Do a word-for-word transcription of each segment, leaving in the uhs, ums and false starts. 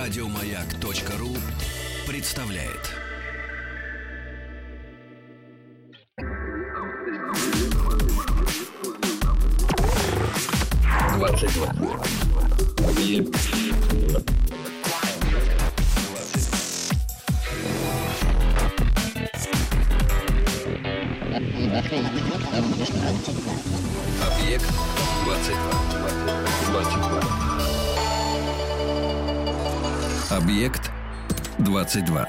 Радиомаяк.ру представляет. двадцать два. Объект двадцать два. двадцать два. Объект двадцать два.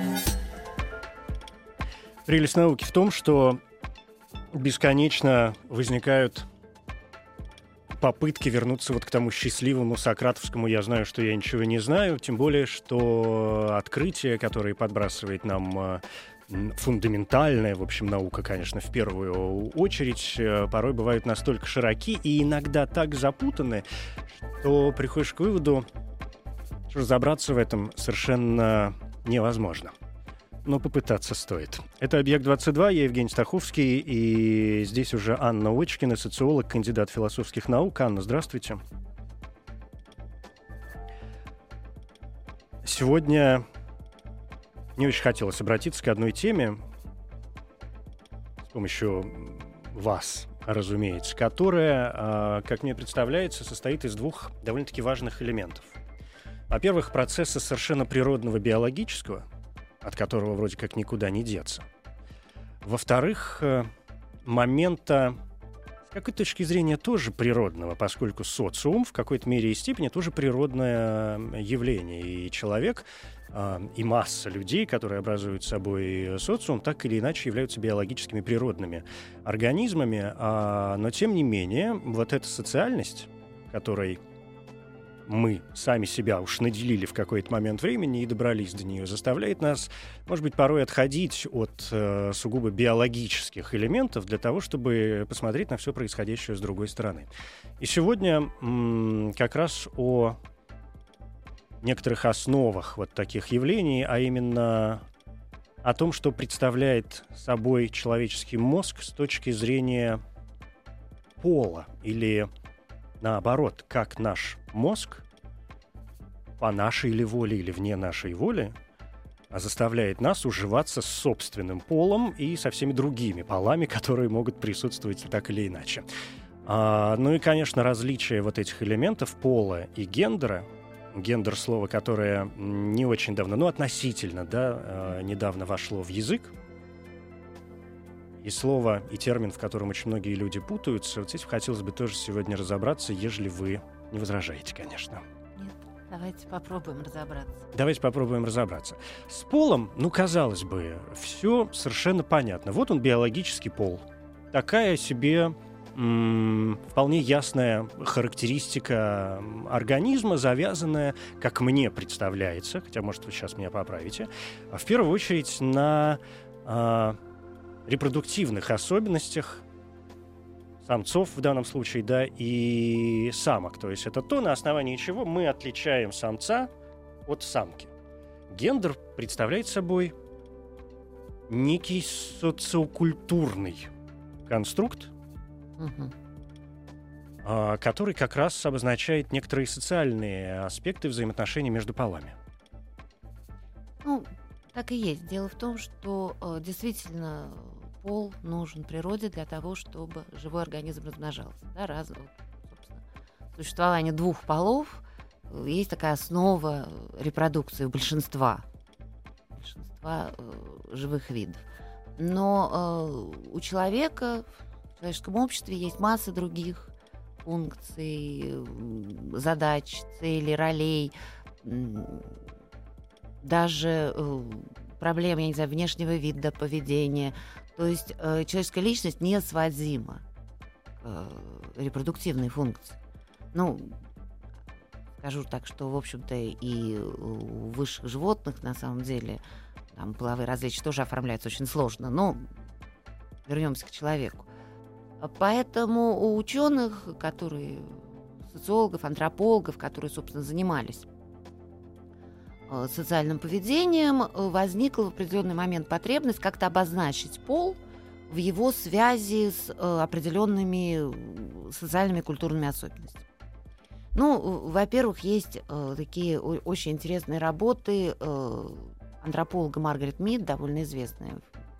Прелесть науки в том, что бесконечно возникают попытки вернуться вот к тому счастливому сократовскому «я знаю, что я ничего не знаю», тем более, что открытия, которые подбрасывает нам фундаментальная, в общем, наука, конечно, в первую очередь, порой бывают настолько широки и иногда так запутаны, что приходишь к выводу, что разобраться в этом совершенно невозможно. Но попытаться стоит. Это «Объект двадцать два», я Евгений Стаховский, и здесь уже Анна Очкина, социолог, кандидат философских наук. Анна, здравствуйте. Сегодня мне очень хотелось обратиться к одной теме с помощью вас, разумеется, которая, как мне представляется, состоит из двух довольно-таки важных элементов. Во-первых, процесса совершенно природного биологического, от которого вроде как никуда не деться. Во-вторых, момента, с какой точки зрения, тоже природного, поскольку социум в какой-то мере и степени тоже природное явление. И человек, и масса людей, которые образуют собой социум, так или иначе являются биологическими природными организмами. Но, тем не менее, вот эта социальность, которой мы сами себя уж наделили в какой-то момент времени и добрались до нее, заставляет нас, может быть, порой отходить от э, сугубо биологических элементов для того, чтобы посмотреть на все происходящее с другой стороны. И сегодня м- как раз о некоторых основах вот таких явлений, а именно о том, что представляет собой человеческий мозг с точки зрения пола или наоборот, как наш мозг по нашей ли воле или вне нашей воли заставляет нас уживаться с собственным полом и со всеми другими полами, которые могут присутствовать так или иначе. А, ну и, конечно, различие вот этих элементов пола и гендера. Гендер — слово, которое не очень давно, ну, относительно, да, недавно вошло в язык. И слово, и термин, в котором очень многие люди путаются. Вот здесь хотелось бы тоже сегодня разобраться, ежели вы не возражаете, конечно. Нет, давайте попробуем разобраться. Давайте попробуем разобраться. С полом, ну, казалось бы, все совершенно понятно. Вот он, биологический пол. Такая себе м- вполне ясная характеристика организма, завязанная, как мне представляется, хотя, может, вы сейчас меня поправите, в первую очередь на а, репродуктивных особенностях самцов в данном случае, да, и самок. То есть это то, на основании чего мы отличаем самца от самки. Гендер представляет собой некий социокультурный конструкт, Угу. а, который как раз обозначает некоторые социальные аспекты взаимоотношений между полами. Ну, так и есть. Дело в том, что э, действительно пол нужен природе для того, чтобы живой организм размножался. Да, раз, вот, собственно, существование двух полов э, есть такая основа репродукции у большинства, большинства э, живых видов. Но э, у человека, в человеческом обществе есть масса других функций, э, задач, целей, ролей, э, даже э, проблем, я не знаю, внешнего вида, поведения. То есть э, человеческая личность не сводима к э, репродуктивной функции. Ну, скажу так, что, в общем-то, и у высших животных, на самом деле, там половые различия тоже оформляются очень сложно. Но вернемся к человеку. Поэтому у ученых, которые, социологов, антропологов, которые, собственно, занимались социальным поведением, возникла в определенный момент потребность как-то обозначить пол в его связи с определенными социальными и культурными особенностями. Ну, во-первых, есть э, такие о- очень интересные работы э, антрополога Маргарет Мид, довольно известная.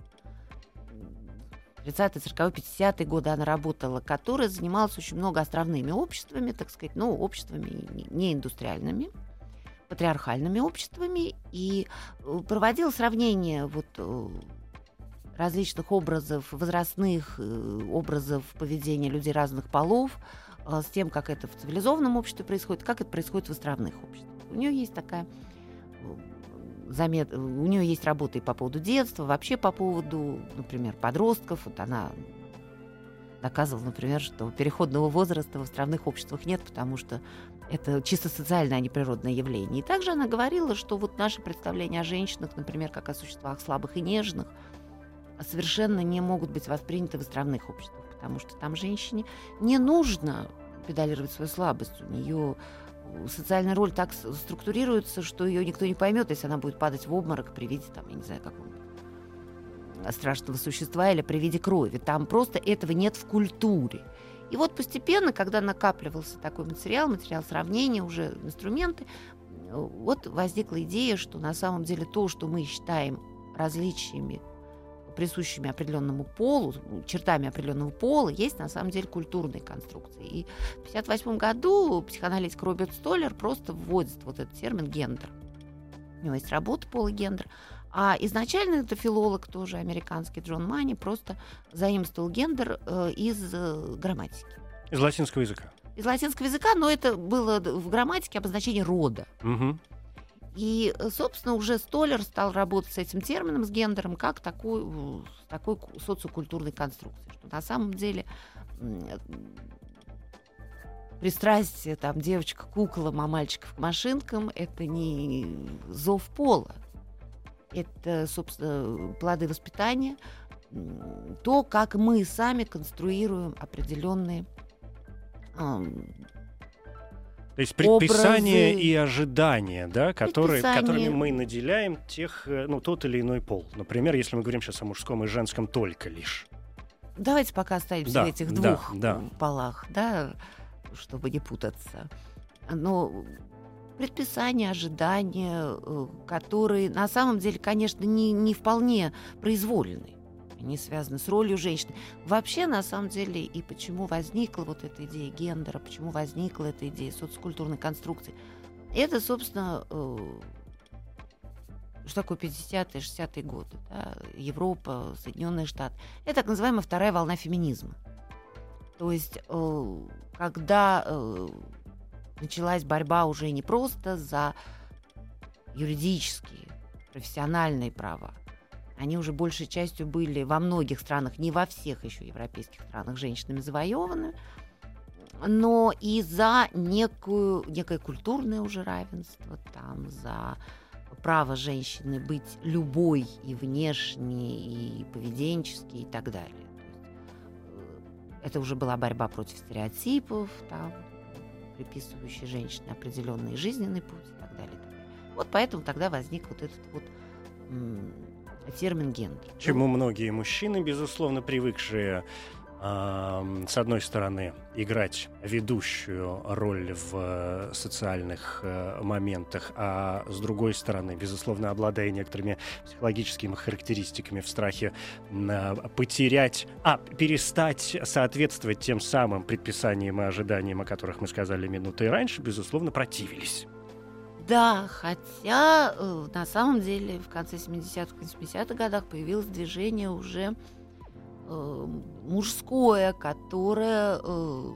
В тридцатые, сороковые, пятидесятые годы она работала, которая занималась очень много островными обществами, так сказать, ну, обществами не индустриальными, патриархальными обществами, и проводила сравнение вот различных образов, возрастных образов поведения людей разных полов с тем, как это в цивилизованном обществе происходит, как это происходит в островных обществах. У нее есть такая замет... у нее есть работы и по поводу детства, вообще по поводу, например, подростков. Вот она доказывала, например, что переходного возраста в островных обществах нет, потому что это чисто социальное, а не природное явление. И также она говорила, что вот наши представления о женщинах, например, как о существах слабых и нежных, совершенно не могут быть восприняты в островных обществах, потому что там женщине не нужно педалировать свою слабость. У нее социальная роль так структурируется, что ее никто не поймет, если она будет падать в обморок при виде, там, я не знаю, какого-нибудь страшного существа или при виде крови. Там просто этого нет в культуре. И вот постепенно, когда накапливался такой материал, материал сравнения, уже инструменты, вот возникла идея, что на самом деле то, что мы считаем различиями, присущими определенному полу, чертами определенного пола, есть на самом деле культурные конструкции. И в пятьдесят восьмом году психоаналитик Роберт Столлер просто вводит вот этот термин «гендер». У него есть работа «Пол и гендер». А изначально это филолог тоже американский Джон Мани просто заимствовал гендер э, из э, грамматики. Из латинского языка. Из латинского языка, но это было в грамматике обозначение рода. Угу. И, собственно, уже Столлер стал работать с этим термином, с гендером, как такой, такой социокультурной конструкцией. Что на самом деле пристрастие там, девочка к куклам, а мальчиков к машинкам — это не зов пола. Это, собственно, плоды воспитания, то, как мы сами конструируем определенные То есть предписания образы, и ожидания, да, которые, предписания. которыми мы наделяем тех, ну, тот или иной пол. Например, если мы говорим сейчас о мужском и женском только лишь. Давайте пока оставимся Да, в этих да, двух да. полах, да, чтобы не путаться. Но предписания, ожидания, которые на самом деле, конечно, не, не вполне произвольны. Они связаны с ролью женщины. Вообще, на самом деле, и почему возникла вот эта идея гендера, почему возникла эта идея социокультурной конструкции, это, собственно, э, что такое пятидесятые, шестидесятые годы, да? Европа, Соединенные Штаты. Это так называемая вторая волна феминизма. То есть, э, когда э, началась борьба уже не просто за юридические, профессиональные права, они уже большей частью были во многих странах, не во всех еще европейских странах, женщинами завоеваны, но и за некую, некое культурное уже равенство, там, за право женщины быть любой и внешне, и поведенчески, и так далее. То есть, это уже была борьба против стереотипов, там, приписывающие женщине определенный жизненный путь и так далее. И так далее. Вот поэтому тогда возник вот этот вот м- термин гендер. Чему многие мужчины, безусловно, привыкшие, э, с одной стороны, играть ведущую роль в э, социальных э, моментах, а с другой стороны, безусловно, обладая некоторыми психологическими характеристиками в страхе э, потерять, а перестать соответствовать тем самым предписаниям и ожиданиям, о которых мы сказали минутой раньше, безусловно, противились. Да, хотя э, на самом деле в конце семидесятых, восьмидесятых годах появилось движение уже э, мужское, которое э,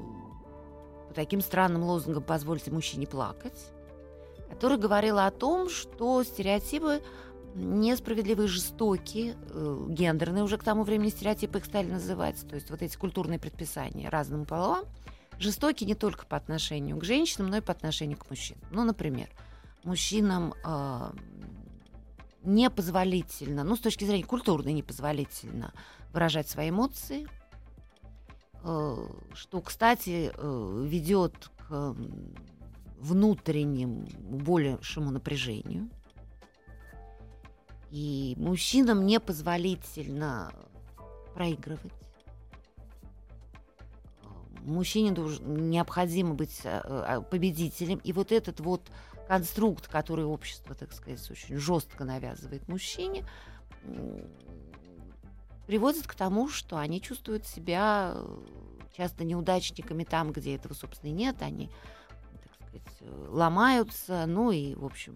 по таким странным лозунгам «позвольте мужчине плакать», которое говорило о том, что стереотипы несправедливые, жестокие, э, гендерные уже к тому времени стереотипы их стали называть, то есть вот эти культурные предписания разным полам, жестокие не только по отношению к женщинам, но и по отношению к мужчинам. Ну, например, мужчинам э, непозволительно, ну, с точки зрения культурной, непозволительно выражать свои эмоции, э, что, кстати, э, ведет к внутреннему большему напряжению. И мужчинам непозволительно проигрывать. мужчине необходимо быть победителем. И вот этот вот конструкт, который общество, так сказать, очень жестко навязывает мужчине, приводит к тому, что они чувствуют себя часто неудачниками там, где этого, собственно, и нет. Они, так сказать, ломаются. Ну и, в общем,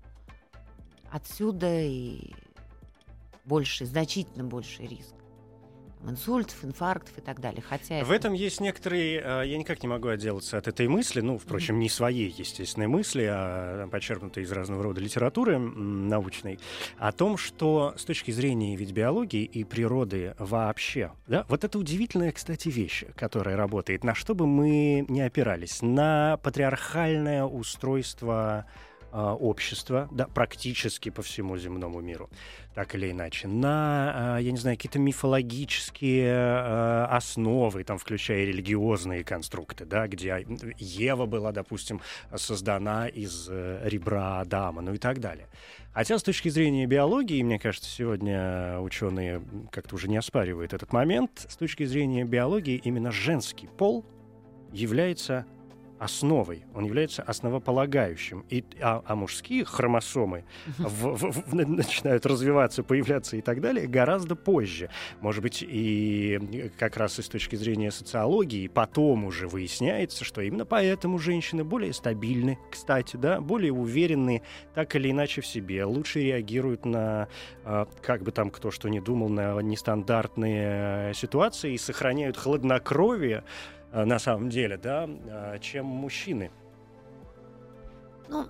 отсюда и больший, значительно больший риск инсультов, инфарктов и так далее. Хотя в это... этом есть некоторые... Я никак не могу отделаться от этой мысли, ну, впрочем, mm-hmm. не своей естественной мысли, а почерпнутой из разного рода литературы научной, о том, что с точки зрения ведь биологии и природы вообще, да, вот это удивительная, кстати, вещь, которая работает, на что бы мы ни опирались, на патриархальное устройство общества, да, практически по всему земному миру, так или иначе, на, я не знаю, какие-то мифологические основы, там, включая религиозные конструкты, да, где Ева была, допустим, создана из ребра Адама, ну и так далее. Хотя с точки зрения биологии, мне кажется, сегодня ученые как-то уже не оспаривают этот момент, с точки зрения биологии именно женский пол является основой, он является основополагающим. И, а, а мужские хромосомы в, в, в, начинают развиваться, появляться и так далее гораздо позже. Может быть, и как раз и с точки зрения социологии потом уже выясняется, что именно поэтому женщины более стабильны, кстати, да, более уверенны так или иначе в себе, лучше реагируют на, как бы там кто что ни думал, на нестандартные ситуации и сохраняют хладнокровие, на самом деле, да, чем мужчины. Ну,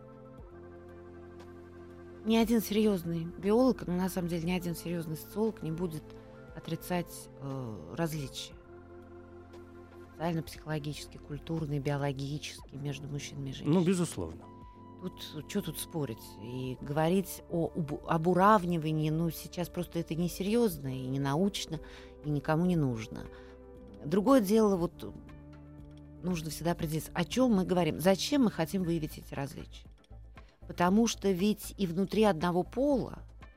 ни один серьезный биолог, ну, на самом деле, ни один серьезный социолог не будет отрицать э, различия социально-психологические, культурные, биологические между мужчинами и женщинами. Ну, безусловно. Тут, что тут спорить? И говорить о, об уравнивании, ну, сейчас просто это несерьезно и не научно, и никому не нужно. Другое дело, вот нужно всегда определиться, о чем мы говорим, зачем мы хотим выявить эти различия. Потому что ведь и внутри одного пола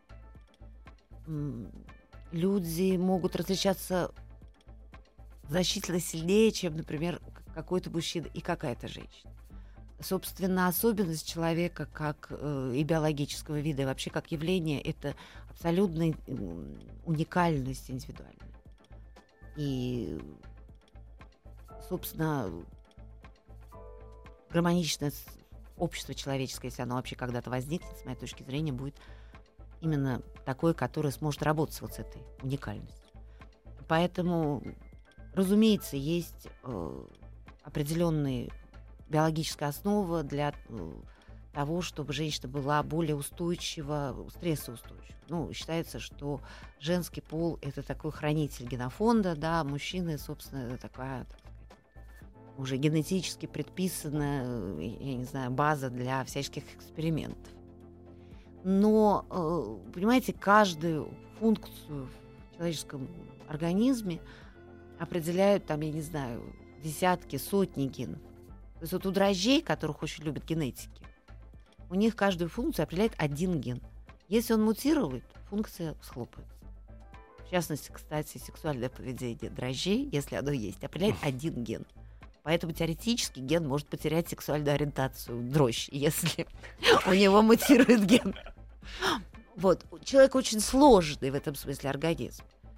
м, люди могут различаться значительно сильнее, чем, например, какой-то мужчина и какая-то женщина. Собственно, особенность человека как э, и биологического вида, и вообще как явление, это абсолютная э, уникальность индивидуальная. И, собственно, гармоничное общество человеческое, если оно вообще когда-то возникнет, с моей точки зрения, будет именно такое, которое сможет работать вот с этой уникальностью. Поэтому, разумеется, есть э, определенная биологическая основа для э, того, чтобы женщина была более устойчива, стрессоустойчива. Ну, считается, что женский пол — это такой хранитель генофонда, да, мужчины, собственно, это такая, так сказать, уже генетически предписанная, я не знаю, база для всяческих экспериментов. Но, э, понимаете, каждую функцию в человеческом организме определяют, там, я не знаю, десятки, сотни генов. То есть вот у дрожжей, которых очень любят генетики, у них каждую функцию определяет один ген. Если он мутирует, функция схлопывается. В частности, кстати, сексуальное поведение дрожжей, если оно есть, определяет один ген. Поэтому теоретически ген может потерять сексуальную ориентацию дрожжи, если у него мутирует ген. Вот. Человек очень сложный в этом смысле организм.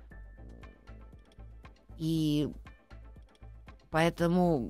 И поэтому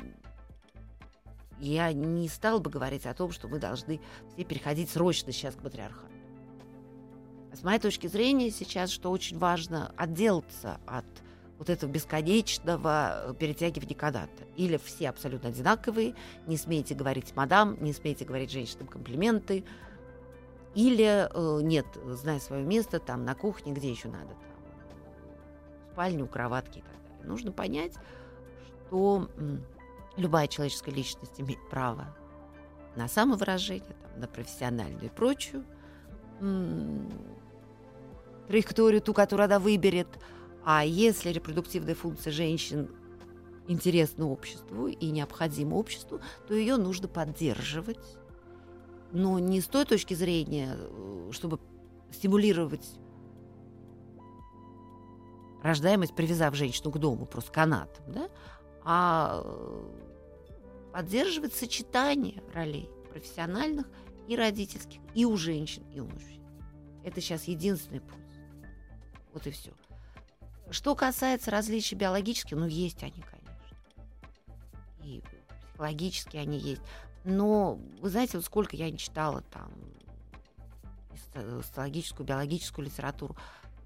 я не стала бы говорить о том, что мы должны все переходить срочно сейчас к патриархату. С моей точки зрения сейчас, что очень важно, отделаться от вот этого бесконечного перетягивания каната. Или все абсолютно одинаковые, не смейте говорить мадам, не смейте говорить женщинам комплименты, или э, нет, знай свое место там на кухне, где еще надо, там, в спальне, у кроватки и так далее. Нужно понять, что м, любая человеческая личность имеет право на самовыражение, там, на профессиональную и прочую м, траекторию, ту, которую она выберет. А если репродуктивная функция женщин интересна обществу и необходима обществу, то ее нужно поддерживать. Но не с той точки зрения, чтобы стимулировать рождаемость, привязав женщину к дому просто канатом, да? а поддерживать сочетание ролей профессиональных и родительских и у женщин, и у мужчин. Это сейчас единственный путь. Вот и все. Что касается различий биологических, ну, есть они, конечно. И психологически они есть. Но, вы знаете, вот сколько я не читала там социологическую, биологическую литературу,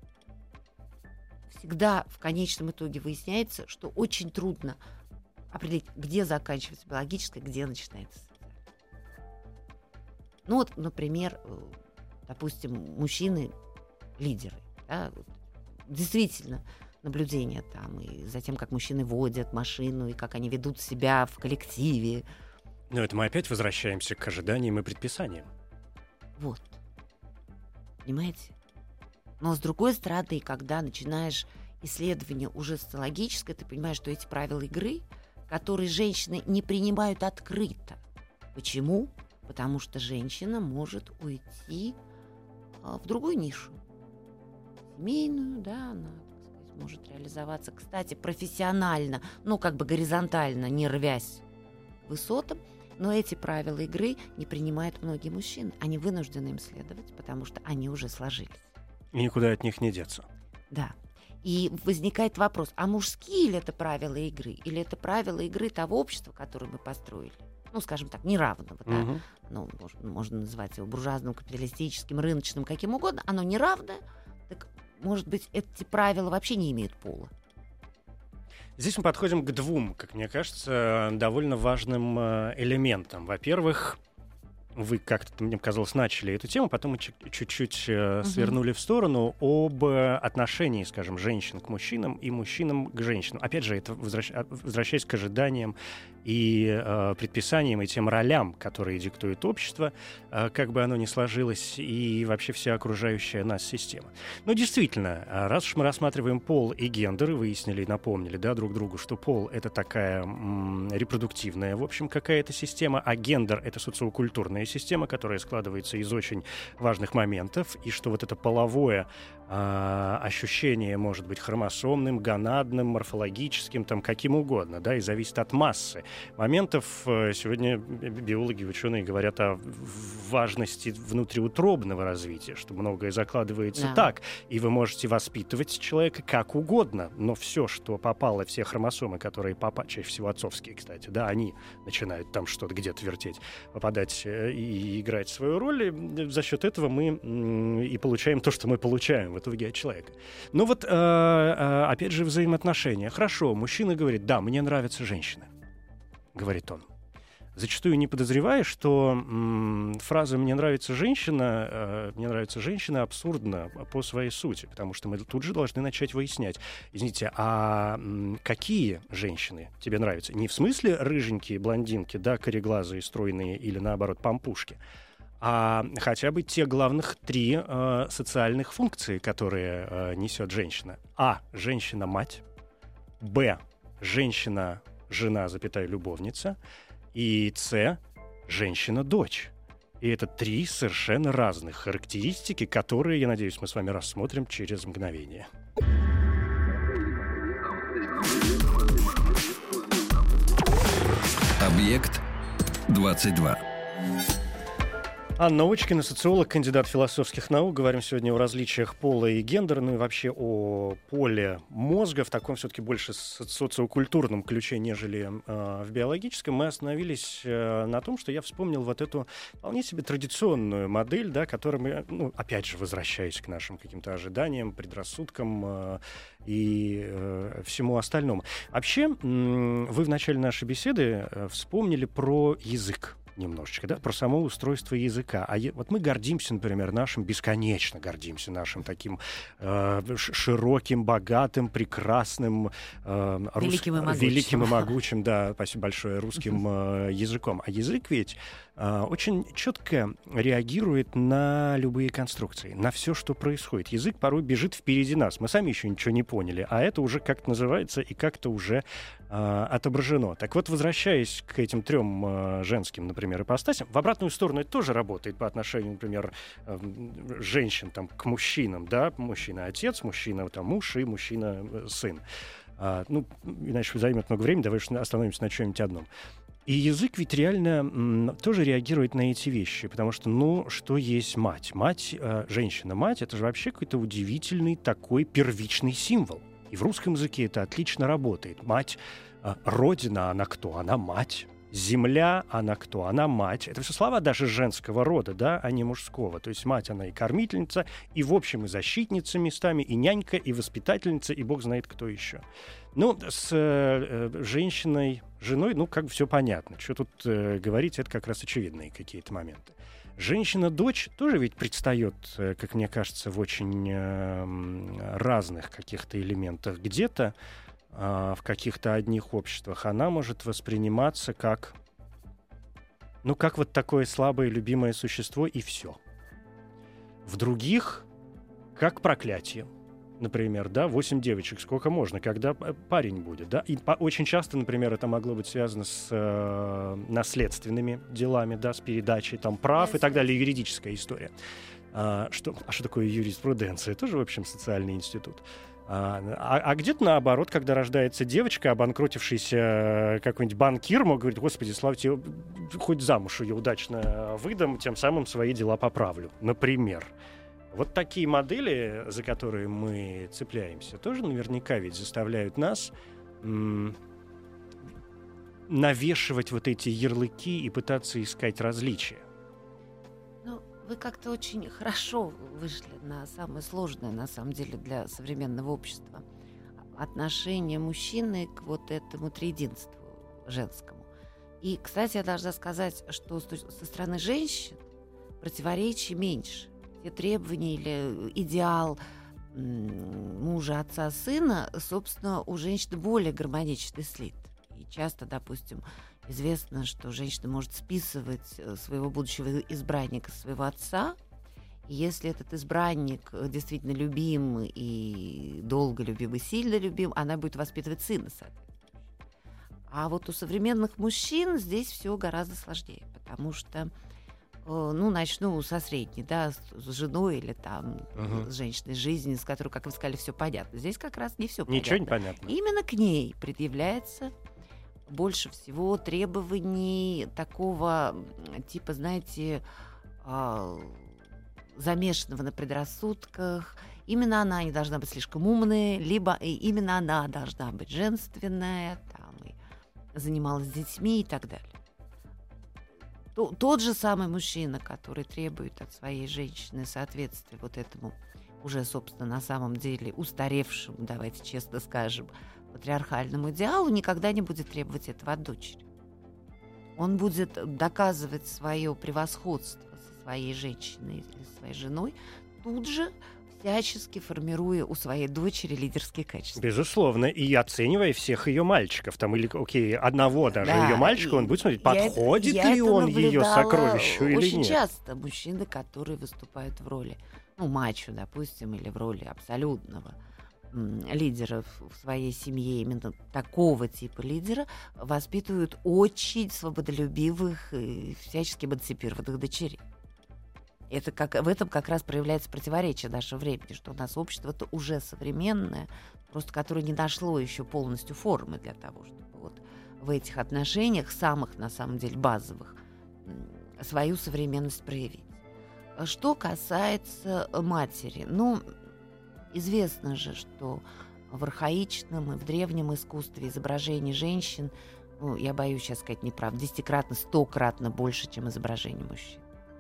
всегда в конечном итоге выясняется, что очень трудно определить, где заканчивается биологическое, где начинается социальное. Ну вот, например, допустим, мужчины-лидеры. Да, вот, действительно, наблюдения там, и за тем, как мужчины водят машину, и как они ведут себя в коллективе. Но это мы опять возвращаемся к ожиданиям и предписаниям. Вот. Понимаете? Но, с другой стороны, когда начинаешь исследование уже социологическое, ты понимаешь, что эти правила игры, которые женщины не принимают открыто. Почему? Потому что женщина может уйти а, в другую нишу. Семейную, да, она, так сказать, может реализоваться, кстати, профессионально, ну, как бы горизонтально, не рвясь к высотам. Но эти правила игры не принимают многие мужчины. Они вынуждены им следовать, потому что они уже сложились. И никуда от них не деться. Да. И возникает вопрос, а мужские ли это правила игры? Или это правила игры того общества, которое мы построили? Ну, скажем так, неравного. Да? Угу. Ну, можно, можно называть его буржуазным, капиталистическим, рыночным, каким угодно. Оно неравное. Так, может быть, эти правила вообще не имеют пола? Здесь мы подходим к двум, как мне кажется, довольно важным элементам. Во-первых, вы как-то, мне казалось, начали эту тему, потом мы чуть-чуть uh-huh. свернули в сторону об отношении, скажем, женщин к мужчинам и мужчинам к женщинам. Опять же, это возвращ... возвращаясь к ожиданиям и э, предписаниям, и тем ролям, которые диктует общество, э, как бы оно ни сложилось, и вообще вся окружающая нас система. Но действительно, раз уж мы рассматриваем пол и гендер, и выяснили и напомнили, да, друг другу, что пол — это такая м- репродуктивная, в общем, какая-то система, а гендер — это социокультурная система, которая складывается из очень важных моментов, и что вот это половое э, ощущение может быть хромосомным, гонадным, морфологическим, там, каким угодно, да, и зависит от массы моментов. Сегодня биологи, ученые говорят о важности внутриутробного развития, что многое закладывается да. так, и вы можете воспитывать человека как угодно, но все, что попало, все хромосомы, которые попали, чаще всего отцовские, кстати, да, они начинают там что-то где-то вертеть, попадать и играть свою роль, и за счет этого мы и получаем то, что мы получаем в итоге от человека. Но вот, опять же, взаимоотношения. Хорошо, мужчина говорит, да, мне нравятся женщины, говорит он. Зачастую не подозревая, что м, фраза «мне нравится женщина», э, «мне нравится женщина» абсурдна по своей сути, потому что мы тут же должны начать выяснять, извините, а м, какие женщины тебе нравятся? Не в смысле рыженькие, блондинки, да, кореглазые, стройные или, наоборот, пампушки, а хотя бы те главных три э, социальных функции, которые э, несет женщина. А. Женщина-мать. Б. Женщина-жена, запятая, любовница. И С – женщина-дочь. И это три совершенно разных характеристики, которые, я надеюсь, мы с вами рассмотрим через мгновение. Объект двадцать два. Анна Очкина, социолог, кандидат философских наук. Говорим сегодня о различиях пола и гендера, ну и вообще о поле мозга в таком все-таки больше социокультурном ключе, нежели э, в биологическом. Мы остановились э, на том, что я вспомнил вот эту вполне себе традиционную модель, да, которой мы, ну, опять же, возвращаясь к нашим каким-то ожиданиям, предрассудкам э, и э, всему остальному. Вообще, э, вы в начале нашей беседы э, вспомнили про язык. Немножечко, да, про само устройство языка. А е- вот мы гордимся, например, нашим, бесконечно гордимся нашим таким э, широким, богатым, прекрасным, э, рус... великим, и могучим. великим и могучим, да, спасибо большое, русским э, языком. А язык ведь э, очень четко реагирует на любые конструкции, на все, что происходит. Язык порой бежит впереди нас. Мы сами еще ничего не поняли, а это уже как-то называется и как-то уже э, отображено. Так вот, возвращаясь к этим трем э, женским, например, ипостасям, в обратную сторону это тоже работает по отношению, например, э, женщин там, к мужчинам, да, мужчина-отец, мужчина там, муж и мужчина-сын. А, ну, иначе займет много времени, давай уж остановимся на чем-нибудь одном. И язык ведь реально м, тоже реагирует на эти вещи, потому что, ну, что есть мать? Мать, э, женщина-мать, это же вообще какой-то удивительный такой первичный символ. И в русском языке это отлично работает. Мать, э, родина, она кто? Она мать. Земля, она кто? Она мать. Это все слова даже женского рода, да, а не мужского. То есть мать, она и кормительница, и, в общем, и защитница местами, и нянька, и воспитательница, и бог знает кто еще. Ну, с э, женщиной, женой, ну, как бы все понятно. Что тут э, говорить, это как раз очевидные какие-то моменты. Женщина-дочь тоже ведь предстает, э, как мне кажется, в очень э, разных каких-то элементах. Где-то в каких-то одних обществах она может восприниматься как, ну, как вот такое слабое любимое существо, и все. В других как проклятие. Например, да, восемь девочек, сколько можно, когда парень будет, да? И по- очень часто, например, это могло быть связано с э, наследственными делами, да, с передачей там прав и так далее, юридическая история. А что, а что такое юриспруденция? Тоже, в общем, социальный институт. А, а где-то наоборот, когда рождается девочка, обанкротившийся какой-нибудь банкир, мог говорить: господи, слава тебе, хоть замуж ее удачно выдам, тем самым свои дела поправлю. Например. Вот такие модели, за которые мы цепляемся, тоже наверняка ведь заставляют нас м- навешивать вот эти ярлыки и пытаться искать различия. Вы как-то очень хорошо вышли на самое сложное, на самом деле, для современного общества. Отношение мужчины к вот этому триединству женскому. И, кстати, я должна сказать, что со стороны женщин противоречий меньше. Те требования или идеал мужа, отца, сына, собственно, у женщины более гармонично слит. И часто, допустим, известно, что женщина может списывать своего будущего избранника, своего отца. И если этот избранник действительно любим и долго любим, и сильно любим, она будет воспитывать сына, соответственно. А вот у современных мужчин здесь все гораздо сложнее, потому что, ну, начну со средней, да, с женой или там uh-huh. с женщиной жизни, с которой, как вы сказали, все понятно. Здесь как раз не все понятно. Ничего не понятно. Именно к ней предъявляется больше всего требований такого типа, знаете, замешанного на предрассудках. Именно она не должна быть слишком умной, либо именно она должна быть женственная, там, и занималась с детьми и так далее. Тот же самый мужчина, который требует от своей женщины соответствия вот этому уже, собственно, на самом деле устаревшему, давайте честно скажем, патриархальному идеалу, никогда не будет требовать этого от дочери. Он будет доказывать свое превосходство со своей женщиной или своей женой, тут же всячески формируя у своей дочери лидерские качества. Безусловно, и оценивая всех ее мальчиков, там, или, окей, одного даже да, ее мальчика, он будет смотреть, подходит это, ли он ее сокровищу или очень нет. Очень часто мужчины, которые выступают в роли, ну, мачо, допустим, или в роли абсолютного лидера в своей семье, именно такого типа лидера, воспитывают очень свободолюбивых и всячески эмансипированных дочерей. Это как, в этом как раз проявляется противоречие нашего времени, что у нас общество-то уже современное, просто которое не нашло еще полностью формы для того, чтобы вот в этих отношениях, самых на самом деле базовых, свою современность проявить. Что касается матери, ну, известно же, что в архаичном и в древнем искусстве изображение женщин, ну, я боюсь сейчас сказать неправду, десятикратно, стократно больше, чем изображение мужчин.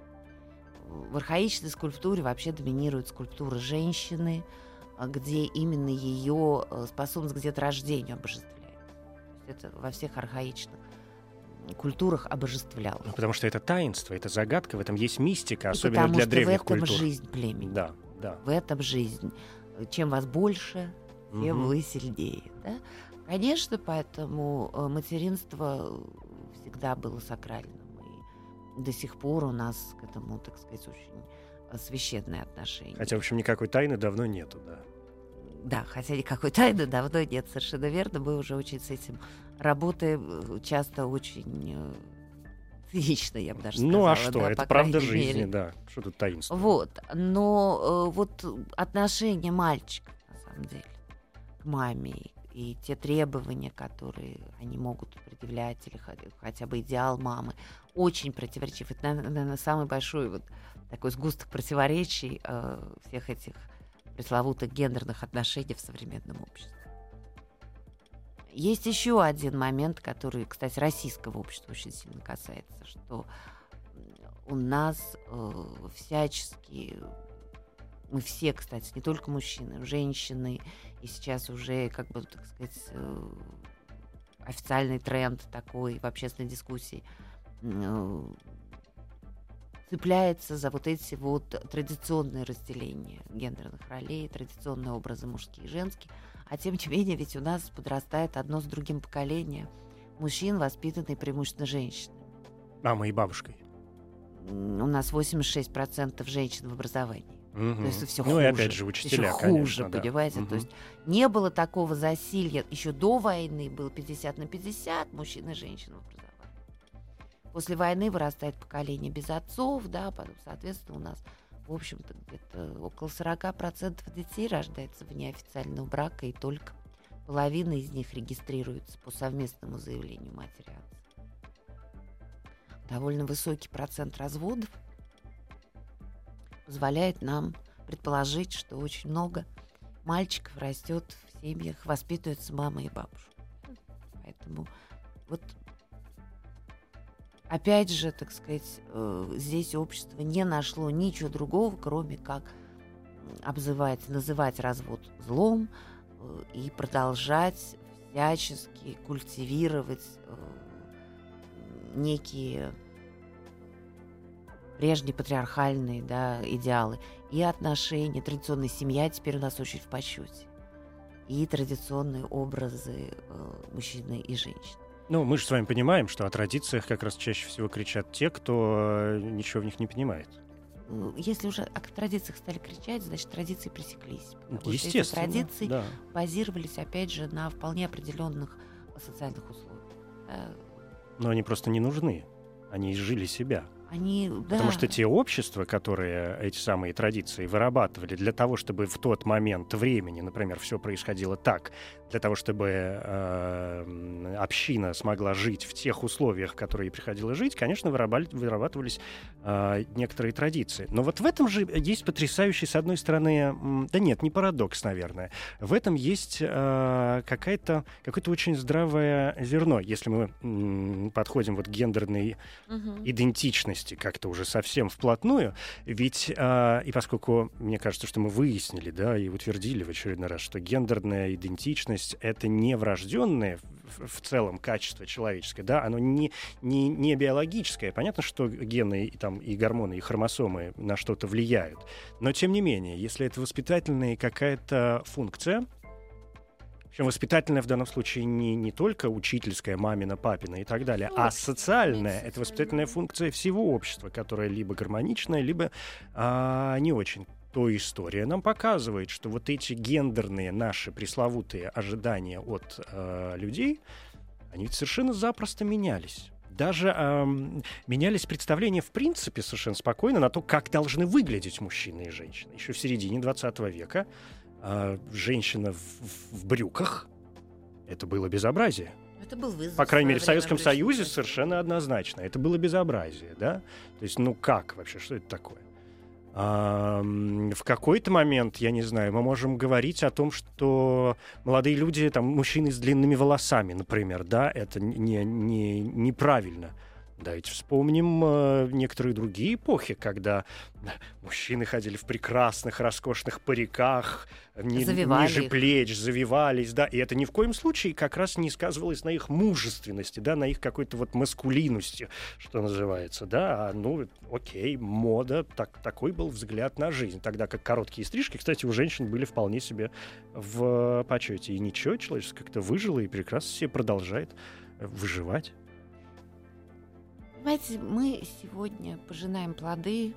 В архаичной скульптуре вообще доминирует скульптура женщины, где именно ее способность к деторождению обожествляет. Это во всех архаичных культурах обожествлялось. Ну, потому что это таинство, это загадка, в этом есть мистика, и особенно потому для что древних в этом культур. Жизнь племени. Да, да. В этом жизнь. Чем вас больше, тем угу. вы сильнее. Да? Конечно, поэтому материнство всегда было сакральным. И до сих пор у нас к этому, так сказать, очень священное отношение. Хотя, в общем, никакой тайны давно нету, да. Да, хотя никакой тайны давно нет, совершенно верно. Мы уже очень с этим работаем, часто очень цинично, я бы даже сказала. Ну а что, да, это правда жизни, да. Что тут таинство? Вот, но э, вот отношение мальчика, на самом деле, к маме, и те требования, которые они могут предъявлять, или хотя бы идеал мамы, очень противоречив. Это, наверное, самый большой вот такой сгусток противоречий э, всех этих пресловутых гендерных отношений в современном обществе. Есть еще один момент, который, кстати, российского общества очень сильно касается, что у нас э, всячески, мы все, кстати, не только мужчины, женщины, и сейчас уже, как бы, так сказать, э, официальный тренд такой в общественной дискуссии, э, цепляется за вот эти вот традиционные разделения гендерных ролей, традиционные образы мужские и женские. А тем не менее, ведь у нас подрастает одно с другим поколение мужчин, воспитанные преимущественно женщинами. Мамой и бабушкой. У нас восемьдесят шесть процентов женщин в образовании. Угу. То есть все ну хуже. и опять же учителя, еще конечно, хуже, да. понимаете? Угу. То есть не было такого засилья. Еще до войны было пятьдесят на пятьдесят мужчин и женщин в образовании. После войны вырастает поколение без отцов, да, потом, соответственно, у нас, в общем-то, где-то около сорок процентов детей рождается вне официального брака, и только половина из них регистрируется по совместному заявлению матери и отца. Довольно высокий процент разводов позволяет нам предположить, что очень много мальчиков растет в семьях, воспитываются мамой и бабушкой. Поэтому вот опять же, так сказать, здесь общество не нашло ничего другого, кроме как обзывать, называть развод злом и продолжать всячески культивировать некие прежние патриархальные, да, идеалы. И отношения, традиционная семья теперь у нас очень в почете. И традиционные образы э, мужчины и женщины. Ну, мы же с вами понимаем, что о традициях как раз чаще всего кричат те, кто ничего в них не понимает. Если уже о традициях стали кричать, значит, традиции пресеклись. Потому Естественно, что эти традиции да. базировались, опять же, на вполне определенных социальных условиях. Но они просто не нужны. Они изжили себя. Они, да. Потому что те общества, которые эти самые традиции вырабатывали для того, чтобы в тот момент времени, например, все происходило так, для того, чтобы э, община смогла жить в тех условиях, в которые ей приходилось жить, конечно, вырабатывались э, некоторые традиции. Но вот в этом же есть потрясающий, с одной стороны, да нет, не парадокс, наверное. В этом есть э, какая-то, какое-то очень здравое зерно, если мы м, подходим вот к гендерной угу. идентичности как-то уже совсем вплотную. Ведь, э, и поскольку, мне кажется, что мы выяснили, да, и утвердили в очередной раз, что гендерная идентичность — это не врожденное в, в целом качество человеческое, да, оно не, не, не биологическое. Понятно, что гены и, там, и гормоны, и хромосомы на что-то влияют. Но, тем не менее, если это воспитательная какая-то функция, причем воспитательная в данном случае не, не только учительская, мамина, папина и так далее, а социальная. Это воспитательная функция всего общества, которая либо гармоничная, либо а, не очень. То история нам показывает, что вот эти гендерные наши пресловутые ожидания от а, людей, они совершенно запросто менялись. Даже э, менялись представления, в принципе, совершенно спокойно на то, как должны выглядеть мужчины и женщины. Еще в середине двадцатого века э, женщина в, в брюках — это было безобразие. Это был вызов. По крайней мере, в Советском брюки. Союзе совершенно однозначно. Это было безобразие, да? То есть, ну как вообще, что это такое? А, в какой-то момент, я не знаю, мы можем говорить о том, что молодые люди, там, мужчины с длинными волосами, например, да, это не, не, неправильно. Давайте вспомним э, некоторые другие эпохи, когда мужчины ходили в прекрасных, роскошных париках, ни, ниже их. плеч, завивались, да, и это ни в коем случае как раз не сказывалось на их мужественности, да, на их какой-то вот маскулинности, что называется, да, а, ну, окей, мода, так, такой был взгляд на жизнь, тогда как короткие стрижки, кстати, у женщин были вполне себе в почете, и ничего, человечество как-то выжило и прекрасно себе продолжает выживать. Понимаете, мы сегодня пожинаем плоды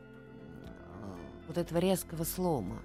вот этого резкого слома,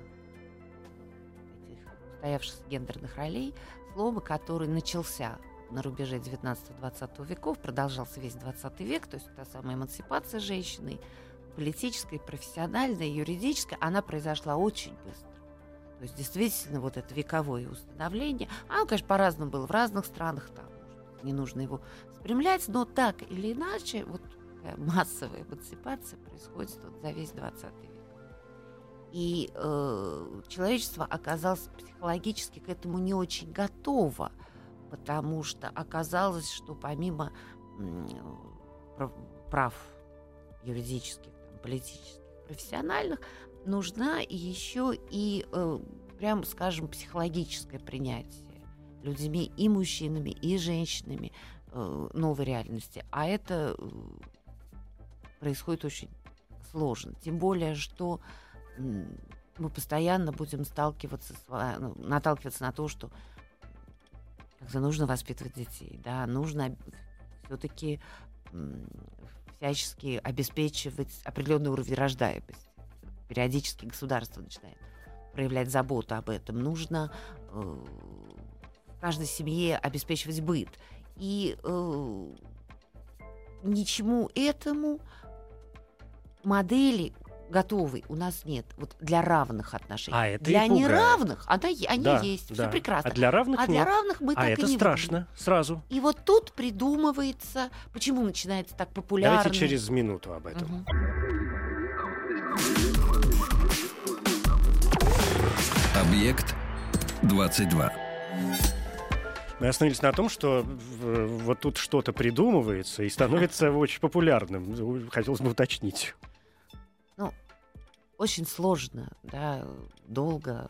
этих устоявшихся гендерных ролей, слома, который начался на рубеже девятнадцатого-двадцатого веков, продолжался весь двадцатый век, то есть та самая эмансипация женщины, политическая, профессиональная, юридическая, она произошла очень быстро. То есть действительно вот это вековое установление, оно, конечно, по-разному было в разных странах, там не нужно его спрямлять, но так или иначе вот такая массовая эмансипация происходит вот за весь двадцатый век. И э, человечество оказалось психологически к этому не очень готово, потому что оказалось, что помимо м, прав юридических, там, политических, профессиональных, нужна еще и, э, прям скажем, психологическое принятие людьми и мужчинами, и женщинами э, новой реальности. А это э, происходит очень сложно. Тем более, что э, мы постоянно будем сталкиваться с, ну, наталкиваться на то, что как-то нужно воспитывать детей, да, нужно все-таки э, всячески обеспечивать определенный уровень рождаемости. Периодически государство начинает проявлять заботу об этом. Нужно э, в каждой семье обеспечивать быт. И э, ничему этому модели готовой у нас нет. Вот для равных отношений. А это для и пугает. неравных она, они Да, есть. да. Все прекрасно. А для равных а для нет. равных мы А так это и не страшно выглядим. сразу. И вот тут придумывается, почему начинается так популярно. Давайте через минуту об этом. Мгм. Объект двадцать два. Мы остановились на том, что в- вот тут что-то придумывается и становится очень популярным. Хотелось бы уточнить. Очень сложно, да, долго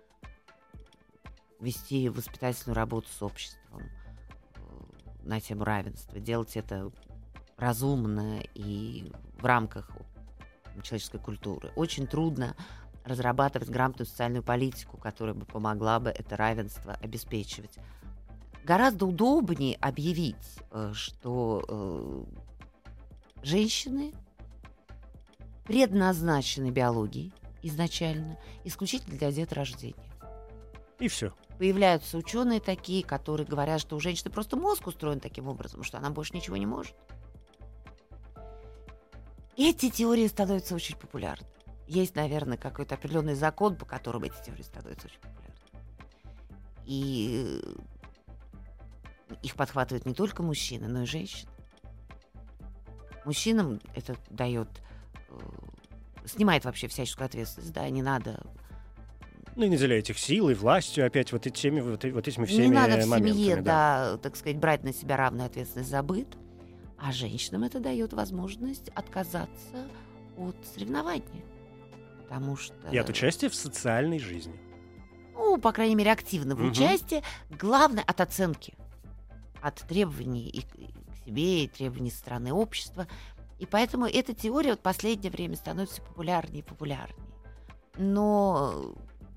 вести воспитательную работу с обществом э, на тему равенства, делать это разумно и в рамках человеческой культуры. Очень трудно разрабатывать грамотную социальную политику, которая бы помогла бы это равенство обеспечивать. Гораздо удобнее объявить, э, что э, женщины предназначены биологией изначально исключительно для деторождения. И все. Появляются ученые такие, которые говорят, что у женщины просто мозг устроен таким образом, что она больше ничего не может. Эти теории становятся очень популярны. Есть, наверное, какой-то определенный закон, по которому эти теории становятся очень популярны. И их подхватывают не только мужчины, но и женщины. Мужчинам это дает, э, снимает вообще всяческую ответственность, да, не надо. Ну и наделяет их силой, властью, опять вот этими, вот, э- вот этими всеми Не надо в моментами. семье, да. да, так сказать, брать на себя равную ответственность за быт, а женщинам это дает возможность отказаться от соревнования. Потому что... И от участия в социальной жизни. Ну, по крайней мере, активного Мгм. участия. Главное, от оценки. От требований и к и к себе, и требований со стороны общества. И поэтому эта теория вот в последнее время становится популярнее и популярнее. Но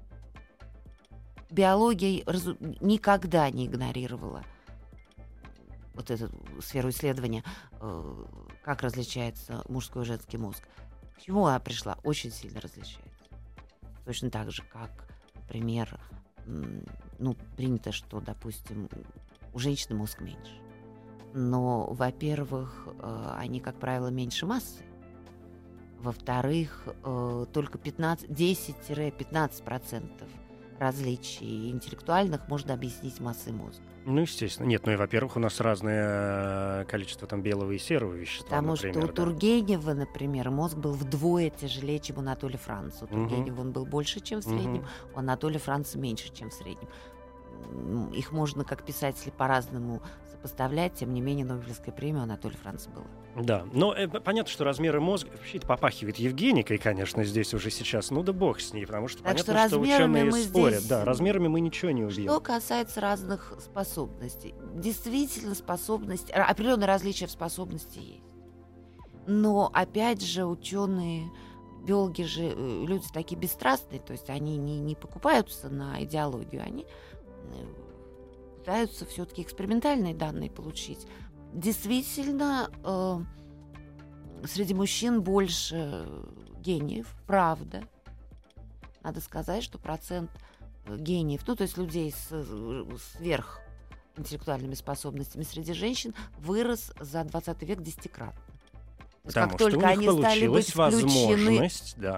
биология разу- никогда не игнорировала вот эту сферу исследования, э, как различается мужской и женский мозг. К чему она пришла? Очень сильно различается. Точно так же, как, например, м, ну, принято, что, допустим, у женщины мозг меньше. Но, во-первых, э, они, как правило, меньше массы. Во-вторых, э, только пятнадцать, десять-пятнадцать процентов различий интеллектуальных можно объяснить массой мозга. Ну, естественно. Нет, ну и, во-первых, у нас разное э, количество там белого и серого вещества, Потому например. что у да. Тургенева, например, мозг был вдвое тяжелее, чем у Анатолия Франца. У Мгм. Тургенева он был больше, чем в среднем, Мгм. у Анатолия Франца меньше, чем в среднем. М, Их можно, как писатели, по-разному сопоставлять, тем не менее Нобелевская премия у Анатолия Франца была. Да, но э, понятно, что размеры мозга... Вообще это попахивает Евгеникой, конечно, здесь уже сейчас. Ну да бог с ней, потому что Так что понятно, что, размерами ученые мы спорят. здесь- Да, размерами мы ничего не убьем. Что касается разных способностей. Действительно, способность, ра- определенные различия в способности есть. Но, опять же, ученые, биологи же э, люди такие бесстрастные, то есть они не, не покупаются на идеологию, они э, пытаются все-таки экспериментальные данные получить. Действительно, э, среди мужчин больше гениев, правда. Надо сказать, что процент э, гениев, ну, то есть людей с э, сверхинтеллектуальными способностями среди женщин вырос за двадцатый век десятикратно. То есть Потому как что только у них они стали быть получилась включены, возможность, да. да,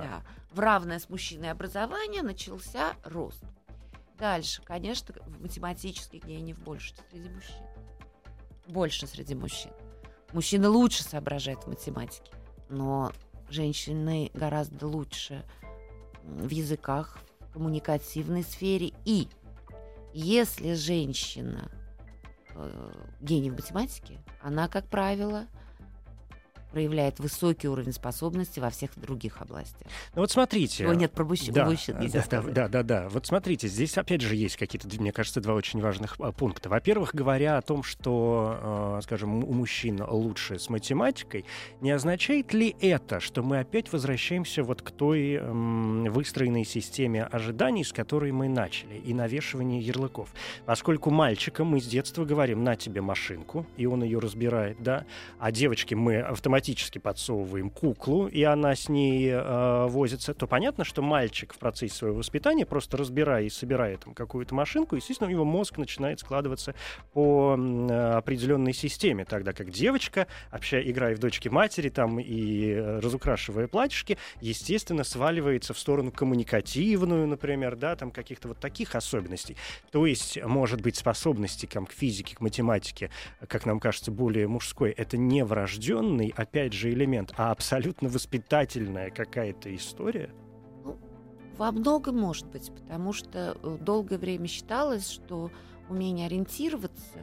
в равное с мужчиной образование начался рост. Дальше, конечно, математических гениев больше среди мужчин. Больше среди мужчин. Мужчины лучше соображают в математике, но женщины гораздо лучше в языках, в коммуникативной сфере. И если женщина э, гений в математике, она, как правило, проявляет высокий уровень способности во всех других областях. Ну вот смотрите. Его нет про мужчин, да, мужчин нельзя да, сказать. да, да, да. Вот смотрите, здесь опять же есть какие-то, мне кажется, два очень важных а, пункта. Во-первых, говоря о том, что, э, скажем, у мужчин лучше с математикой, не означает ли это, что мы опять возвращаемся вот к той э, выстроенной системе ожиданий, с которой мы начали, и навешивания ярлыков? Поскольку мальчикам мы с детства говорим: на тебе машинку, и он ее разбирает, да, а девочке мы автоматически автоматически подсовываем куклу, и она с ней э, возится, то понятно, что мальчик в процессе своего воспитания, просто разбирая и собирая там какую-то машинку, естественно, у него мозг начинает складываться по э, определенной системе, тогда как девочка, общая, играя в дочки матери там, и э, разукрашивая платьишки, естественно, сваливается в сторону коммуникативную, например, да, там каких-то вот таких особенностей. То есть, может быть, способности там, к физике, к математике, как нам кажется, более мужской, это не врожденный, опять же, элемент, а абсолютно воспитательная какая-то история? Ну, во многом может быть, потому что долгое время считалось, что умение ориентироваться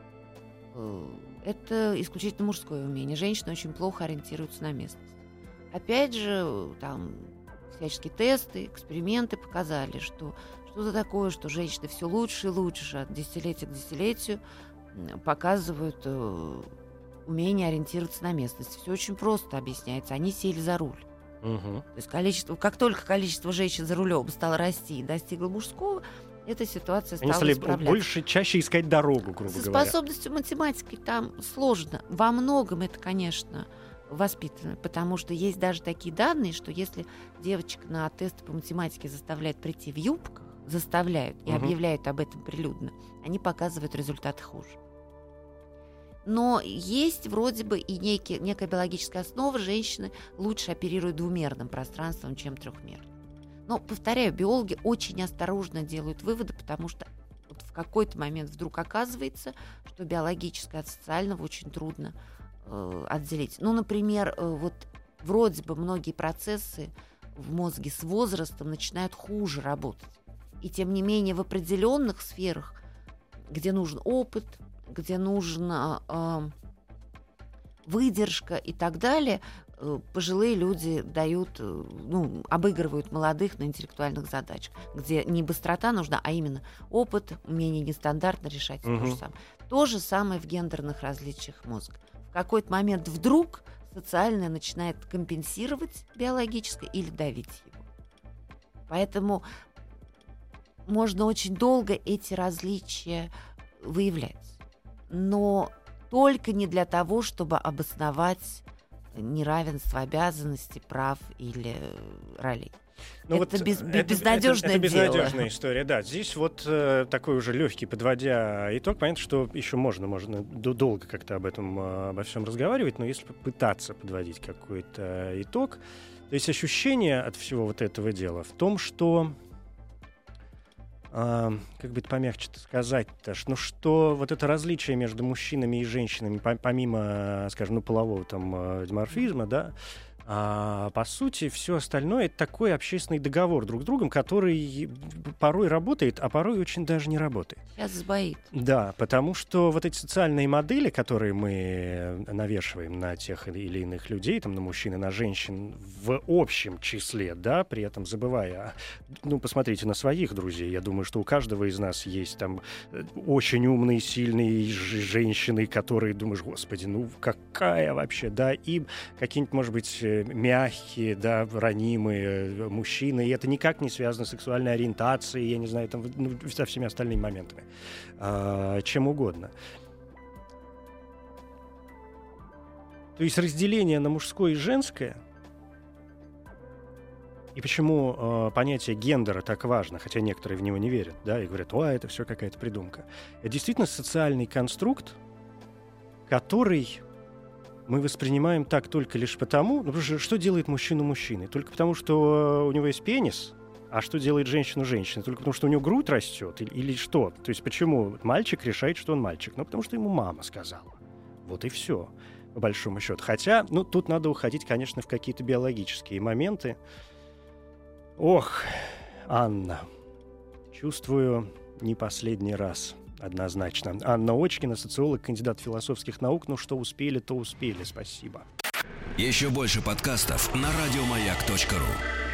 э, это исключительно мужское умение. Женщины очень плохо ориентируются на местность. Опять же, там всяческие тесты, эксперименты показали, что что-то такое, что женщины все лучше и лучше от десятилетия к десятилетию показывают э, умение ориентироваться на местность. Все очень просто объясняется. Они сели за руль. Угу. То есть количество, как только количество женщин за рулем стало расти и достигло мужского, эта ситуация стала Они стали исправляться. больше, чаще искать дорогу, грубо Со говоря. способностью математики там сложно. Во многом это, конечно, воспитано, потому что есть даже такие данные, что если девочек на тесты по математике заставляют прийти в юбках, заставляют и Угу. объявляют об этом прилюдно, они показывают результаты хуже. Но есть вроде бы и некий, некая биологическая основа. Женщины лучше оперируют двумерным пространством, чем трехмерным. Но, повторяю, биологи очень осторожно делают выводы, потому что вот в какой-то момент вдруг оказывается, что биологическое от социального очень трудно э, отделить. Ну, например, э, вот вроде бы многие процессы в мозге с возрастом начинают хуже работать. И тем не менее в определенных сферах, где нужен опыт, где нужна э, выдержка и так далее, э, пожилые люди дают, э, ну, обыгрывают молодых на интеллектуальных задачах, где не быстрота нужна, а именно опыт, умение нестандартно решать Мгм. то же самое. То же самое в гендерных различиях мозга. В какой-то момент вдруг социальное начинает компенсировать биологическое или давить его. Поэтому можно очень долго эти различия выявлять. Но только не для того, чтобы обосновать неравенство обязанностей, прав или ролей. Ну это вот без- это, безнадежное это, это дело. безнадежная история, да. Здесь вот э, такой уже легкий, подводя итог, понятно, что еще можно, можно д- долго как-то об этом, э, обо всем разговаривать, но если пытаться подводить какой-то итог, то есть ощущение от всего вот этого дела в том, что А, как бы это помягче сказать-то, ну что вот это различие между мужчинами и женщинами, по- помимо, скажем, ну, полового там э, диморфизма, да, а, по сути, все остальное — это такой общественный договор друг с другом, который порой работает, а порой очень даже не работает. Сейчас сбоит. Да, потому что вот эти социальные модели, которые мы навешиваем на тех или иных людей, там, на мужчин и на женщин в общем числе, да, при этом забывая, ну, посмотрите на своих друзей, я думаю, что у каждого из нас есть там очень умные, сильные ж- женщины, которые думаешь, господи, ну, какая вообще, да, и какие-нибудь, может быть, мягкие, да, ранимые мужчины, и это никак не связано с сексуальной ориентацией, я не знаю, там, ну, со всеми остальными моментами, а, чем угодно. То есть разделение на мужское и женское, и почему э, понятие гендера так важно, хотя некоторые в него не верят, да, и говорят, о, это все какая-то придумка. Это действительно социальный конструкт, который мы воспринимаем так только лишь потому, ну, потому что, что делает мужчину мужчиной? Только потому, что у него есть пенис? А что делает женщину женщиной? Только потому, что у него грудь растет? Или, или что? То есть почему мальчик решает, что он мальчик? Ну, потому что ему мама сказала. Вот и все, по большому счету. Хотя, ну, тут надо уходить, конечно, в какие-то биологические моменты. Ох, Анна, чувствую, не последний раз. Однозначно. Анна Очкина, социолог, кандидат философских наук. Ну что успели, то успели. Спасибо. Еще больше подкастов на радиомаяк точка ру.